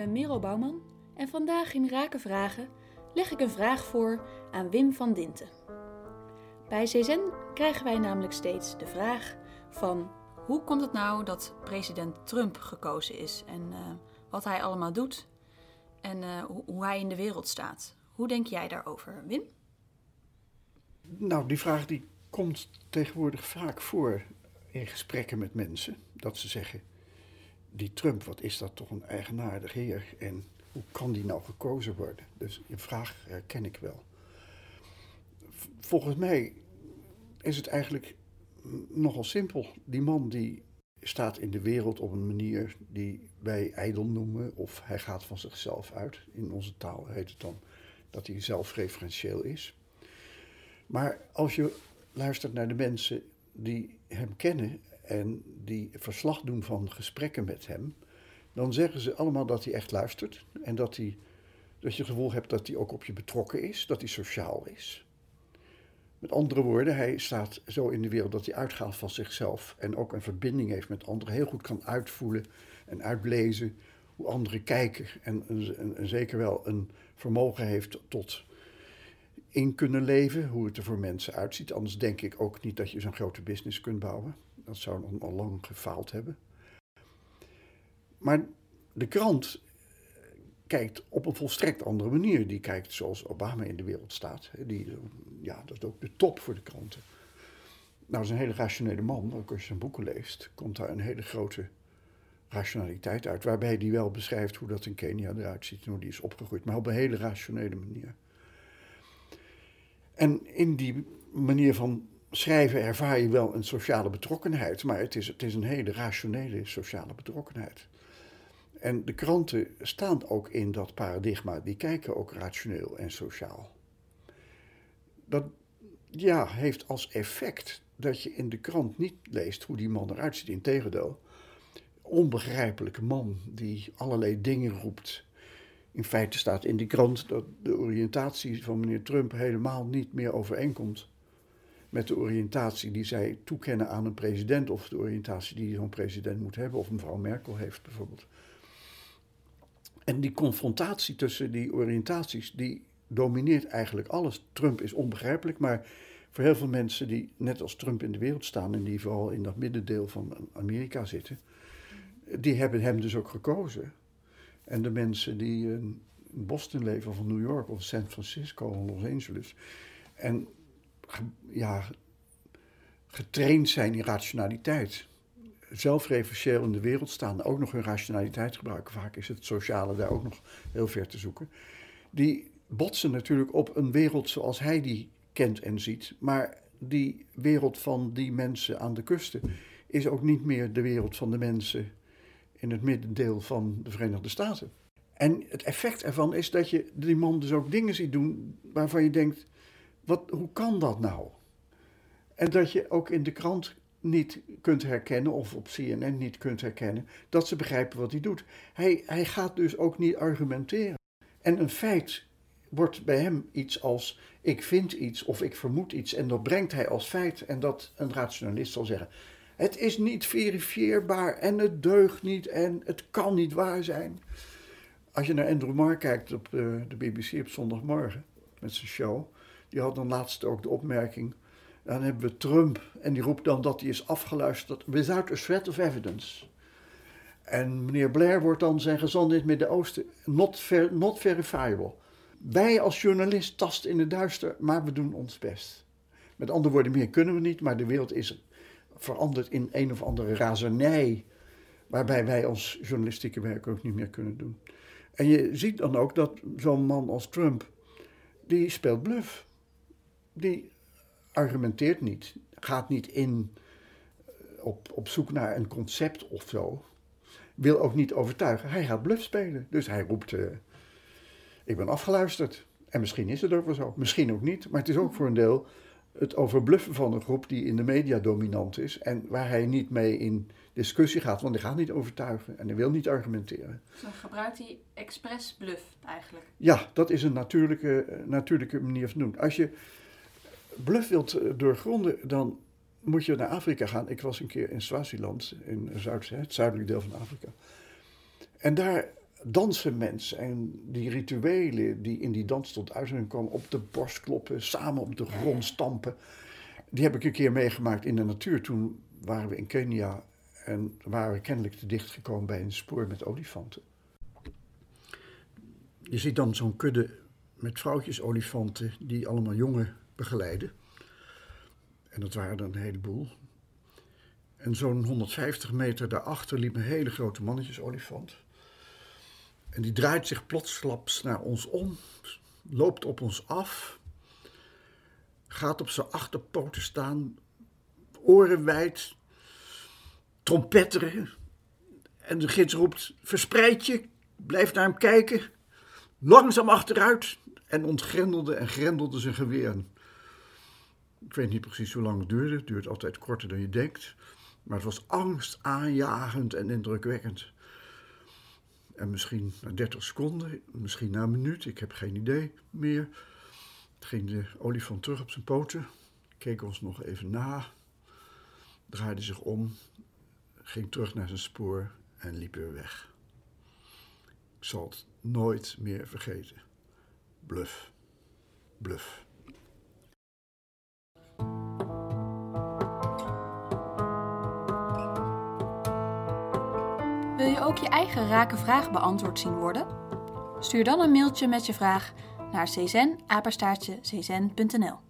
ben Merel Bouwman en vandaag in Rake Vragen leg ik een vraag voor aan Wim van Dinten. Bij CZN krijgen wij namelijk steeds de vraag van hoe komt het nou dat president Trump gekozen is en wat hij allemaal doet en hoe hij in de wereld staat. Hoe denk jij daarover, Wim? Nou, die vraag die komt tegenwoordig vaak voor in gesprekken met mensen. Dat ze zeggen, die Trump, wat is dat toch een eigenaardig heer en hoe kan die nou gekozen worden? Dus je vraag herken ik wel. Volgens mij is het eigenlijk nogal simpel. Die man die staat in de wereld op een manier die wij ijdel noemen of hij gaat van zichzelf uit. In onze taal heet het dan dat hij zelfreferentieel is. Maar als je luistert naar de mensen die hem kennen en die verslag doen van gesprekken met hem, dan zeggen ze allemaal dat hij echt luistert en dat je het gevoel hebt dat hij ook op je betrokken is, dat hij sociaal is. Met andere woorden, hij staat zo in de wereld dat hij uitgaat van zichzelf en ook een verbinding heeft met anderen, heel goed kan uitvoelen en uitlezen hoe anderen kijken en zeker wel een vermogen heeft tot in kunnen leven, hoe het er voor mensen uitziet. Anders denk ik ook niet dat je zo'n grote business kunt bouwen. Dat zou nog al lang gefaald hebben. Maar de krant kijkt op een volstrekt andere manier. Die kijkt zoals Obama in de wereld staat. Dat is ook de top voor de kranten. Nou, dat is een hele rationele man. Ook als je zijn boeken leest, komt daar een hele grote rationaliteit uit. Waarbij hij wel beschrijft hoe dat in Kenia eruit ziet en hoe die is opgegroeid. Maar op een hele rationele manier. En in die manier van schrijven ervaar je wel een sociale betrokkenheid. Maar het is een hele rationele sociale betrokkenheid. En de kranten staan ook in dat paradigma. Die kijken ook rationeel en sociaal. Dat heeft als effect dat je in de krant niet leest hoe die man eruit ziet. Integendeel, onbegrijpelijke man die allerlei dingen roept. In feite staat in die krant dat de oriëntatie van meneer Trump helemaal niet meer overeenkomt met de oriëntatie die zij toekennen aan een president of de oriëntatie die zo'n president moet hebben of mevrouw Merkel heeft bijvoorbeeld. En die confrontatie tussen die oriëntaties, die domineert eigenlijk alles. Trump is onbegrijpelijk, maar voor heel veel mensen die net als Trump in de wereld staan en die vooral in dat middendeel van Amerika zitten, die hebben hem dus ook gekozen. En de mensen die in Boston leven of in New York of San Francisco of Los Angeles en getraind zijn in rationaliteit, zelfreferentieel in de wereld staan, ook nog hun rationaliteit gebruiken. Vaak is het sociale daar ook nog heel ver te zoeken. Die botsen natuurlijk op een wereld zoals hij die kent en ziet. Maar die wereld van die mensen aan de kusten is ook niet meer de wereld van de mensen in het middendeel van de Verenigde Staten. En het effect ervan is dat je die man dus ook dingen ziet doen waarvan je denkt, hoe kan dat nou? En dat je ook in de krant niet kunt herkennen, of op CNN niet kunt herkennen, dat ze begrijpen wat hij doet. Hij gaat dus ook niet argumenteren. En een feit wordt bij hem iets als, ik vind iets of ik vermoed iets, en dat brengt hij als feit. En dat een rationalist zal zeggen, het is niet verifieerbaar en het deugt niet en het kan niet waar zijn. Als je naar Andrew Marr kijkt op de BBC op zondagmorgen met zijn show, die had dan laatst ook de opmerking, dan hebben we Trump en die roept dan dat hij is afgeluisterd without a shred of evidence. En meneer Blair wordt dan zijn gezant in het Midden-Oosten not verifiable. Wij als journalist tasten in het duister, maar we doen ons best. Met andere woorden, meer kunnen we niet, maar de wereld is veranderd in een of andere razernij, waarbij wij als journalistieke werk ook niet meer kunnen doen. En je ziet dan ook dat zo'n man als Trump, die speelt bluff. Die argumenteert niet, gaat niet op zoek naar een concept of zo. Wil ook niet overtuigen. Hij gaat bluff spelen. Dus hij roept, ik ben afgeluisterd. En misschien is het ook wel zo. Misschien ook niet. Maar het is ook voor een deel het overbluffen van een groep die in de media dominant is. En waar hij niet mee in discussie gaat. Want hij gaat niet overtuigen. En hij wil niet argumenteren. Dus dan gebruikt hij expres bluff eigenlijk? Ja, dat is een natuurlijke manier van doen. Als je bluff wilt doorgronden, dan moet je naar Afrika gaan. Ik was een keer in Swaziland, in het zuidelijke deel van Afrika. En daar dansenmens en die rituelen die in die dans tot uiting komen, op de borst kloppen, samen op de grond stampen, die heb ik een keer meegemaakt in de natuur. Toen waren we in Kenia en waren we kennelijk te dicht gekomen bij een spoor met olifanten. Je ziet dan zo'n kudde met vrouwtjes olifanten die allemaal jongen begeleiden. En dat waren er een heleboel. En zo'n 150 meter daarachter liep een hele grote mannetjesolifant. En die draait zich plotsklaps naar ons om, loopt op ons af, gaat op zijn achterpoten staan, oren wijd, trompetteren. En de gids roept, verspreid je, blijf naar hem kijken, langzaam achteruit. En ontgrendelde en grendelde zijn geweer. Ik weet niet precies hoe lang het duurde. Het duurt altijd korter dan je denkt. Maar het was angstaanjagend en indrukwekkend. En misschien na 30 seconden, misschien na een minuut, ik heb geen idee meer. Ging de olifant terug op zijn poten, keek ons nog even na, draaide zich om, ging terug naar zijn spoor en liep weer weg. Ik zal het nooit meer vergeten. Bluff, bluff. Wil je ook je eigen rake vraag beantwoord zien worden? Stuur dan een mailtje met je vraag naar czen@czen.nl.